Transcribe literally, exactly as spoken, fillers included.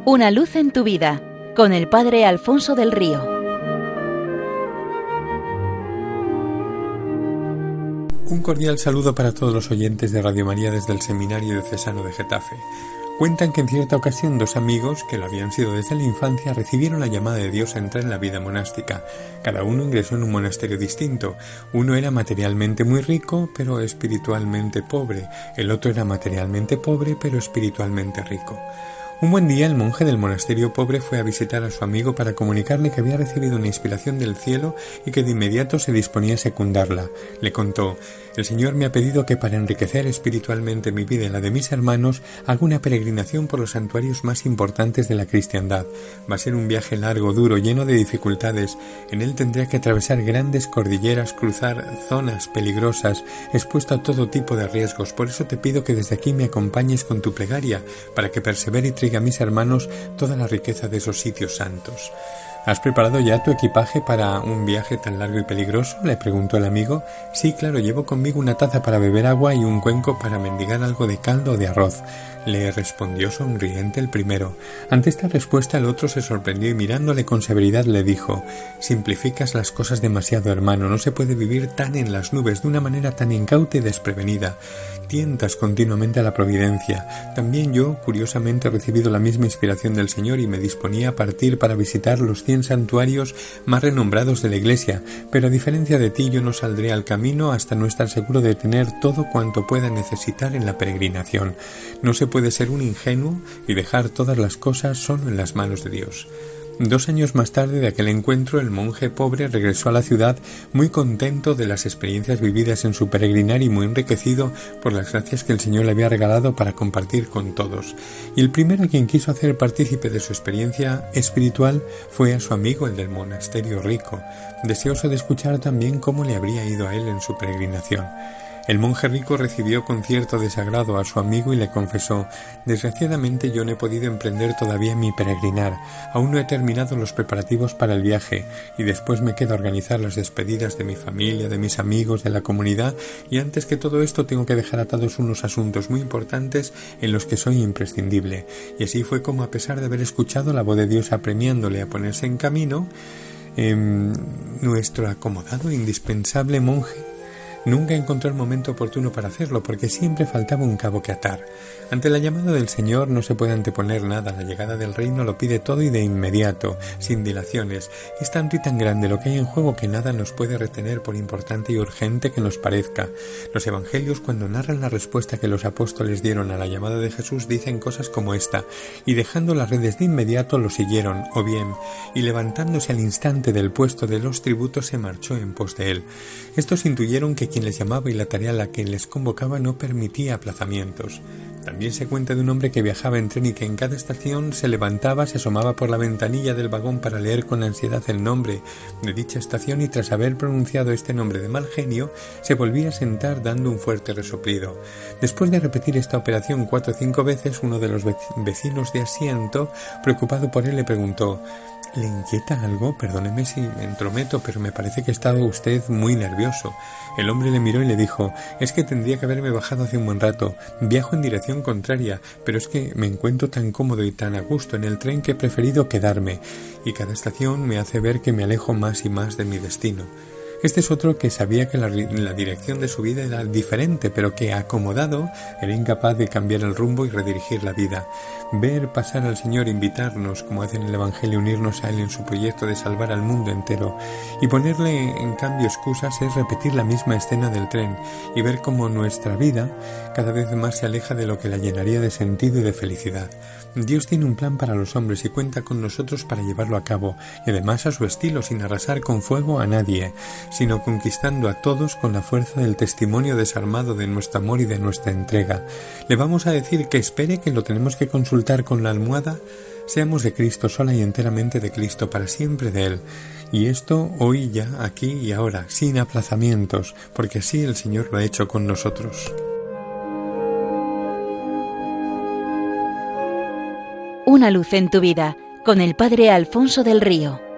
Una luz en tu vida, con el Padre Alfonso del Río. Un cordial saludo para todos los oyentes de Radio María desde el Seminario Diocesano de Getafe. Cuentan que en cierta ocasión dos amigos, que lo habían sido desde la infancia, recibieron la llamada de Dios a entrar en la vida monástica. Cada uno ingresó en un monasterio distinto. Uno era materialmente muy rico, pero espiritualmente pobre. El otro era materialmente pobre, pero espiritualmente rico. Un buen día el monje del monasterio pobre fue a visitar a su amigo para comunicarle que había recibido una inspiración del cielo y que de inmediato se disponía a secundarla. Le contó: «El Señor me ha pedido que para enriquecer espiritualmente mi vida y la de mis hermanos haga una peregrinación por los santuarios más importantes de la cristiandad. Va a ser un viaje largo, duro, lleno de dificultades. En él tendré que atravesar grandes cordilleras, cruzar zonas peligrosas, expuesto a todo tipo de riesgos. Por eso te pido que desde aquí me acompañes con tu plegaria, para que persevere y traiga a mis hermanos toda la riqueza de esos sitios santos». «¿Has preparado ya tu equipaje para un viaje tan largo y peligroso?», le preguntó el amigo. «Sí, claro, llevo conmigo una taza para beber agua y un cuenco para mendigar algo de caldo o de arroz», le respondió sonriente el primero. Ante esta respuesta el otro se sorprendió y mirándole con severidad le dijo: «Simplificas las cosas demasiado, hermano, no se puede vivir tan en las nubes, de una manera tan incauta y desprevenida. Tientas continuamente a la providencia. También yo, curiosamente, he recibido la misma inspiración del Señor y me disponía a partir para visitar los cien santuarios más renombrados de la Iglesia, pero a diferencia de ti yo no saldré al camino hasta no estar seguro de tener todo cuanto pueda necesitar en la peregrinación. No se puede ser un ingenuo y dejar todas las cosas solo en las manos de Dios». Dos años más tarde de aquel encuentro, el monje pobre regresó a la ciudad muy contento de las experiencias vividas en su peregrinar y muy enriquecido por las gracias que el Señor le había regalado para compartir con todos. Y el primero a quien quiso hacer partícipe de su experiencia espiritual fue a su amigo, el del monasterio rico, deseoso de escuchar también cómo le habría ido a él en su peregrinación. El monje rico recibió con cierto desagrado a su amigo y le confesó: «Desgraciadamente yo no he podido emprender todavía mi peregrinar, aún no he terminado los preparativos para el viaje y después me queda organizar las despedidas de mi familia, de mis amigos, de la comunidad, y antes que todo esto tengo que dejar atados unos asuntos muy importantes en los que soy imprescindible». Y así fue como, a pesar de haber escuchado la voz de Dios apremiándole a ponerse en camino, eh, nuestro acomodado e indispensable monje nunca encontró el momento oportuno para hacerlo, porque siempre faltaba un cabo que atar. Ante la llamada del Señor no se puede anteponer nada. La llegada del reino lo pide todo y de inmediato, sin dilaciones. Es tanto y tan grande lo que hay en juego que nada nos puede retener, por importante y urgente que nos parezca. Los evangelios, cuando narran la respuesta que los apóstoles dieron a la llamada de Jesús, dicen cosas como esta: «Y dejando las redes de inmediato lo siguieron», o bien: «Y levantándose al instante del puesto de los tributos se marchó en pos de él». Estos intuyeron que quien les llamaba y la tarea a la que les convocaba no permitía aplazamientos. También se cuenta de un hombre que viajaba en tren y que en cada estación se levantaba, se asomaba por la ventanilla del vagón para leer con ansiedad el nombre de dicha estación y, tras haber pronunciado este nombre de mal genio, se volvía a sentar dando un fuerte resoplido. Después de repetir esta operación cuatro o cinco veces, uno de los vecinos de asiento, preocupado por él, le preguntó: «¿Le inquieta algo? Perdóneme si me entrometo, pero me parece que ha estado usted muy nervioso». El hombre le miró y le dijo: «Es que tendría que haberme bajado hace un buen rato. Viajo en dirección contraria, pero es que me encuentro tan cómodo y tan a gusto en el tren que he preferido quedarme, y cada estación me hace ver que me alejo más y más de mi destino». Este es otro que sabía que la, la dirección de su vida era diferente, pero que, acomodado, era incapaz de cambiar el rumbo y redirigir la vida. Ver pasar al Señor, invitarnos, como hace en el Evangelio, unirnos a Él en su proyecto de salvar al mundo entero, y ponerle en cambio excusas, es repetir la misma escena del tren y ver cómo nuestra vida cada vez más se aleja de lo que la llenaría de sentido y de felicidad. Dios tiene un plan para los hombres y cuenta con nosotros para llevarlo a cabo, y además a su estilo, sin arrasar con fuego a nadie, sino conquistando a todos con la fuerza del testimonio desarmado de nuestro amor y de nuestra entrega. Le vamos a decir que espere, que lo tenemos que consultar con la almohada. Seamos de Cristo, sola y enteramente de Cristo, para siempre de Él. Y esto hoy, ya, aquí y ahora, sin aplazamientos, porque así el Señor lo ha hecho con nosotros. Una luz en tu vida, con el Padre Alfonso del Río.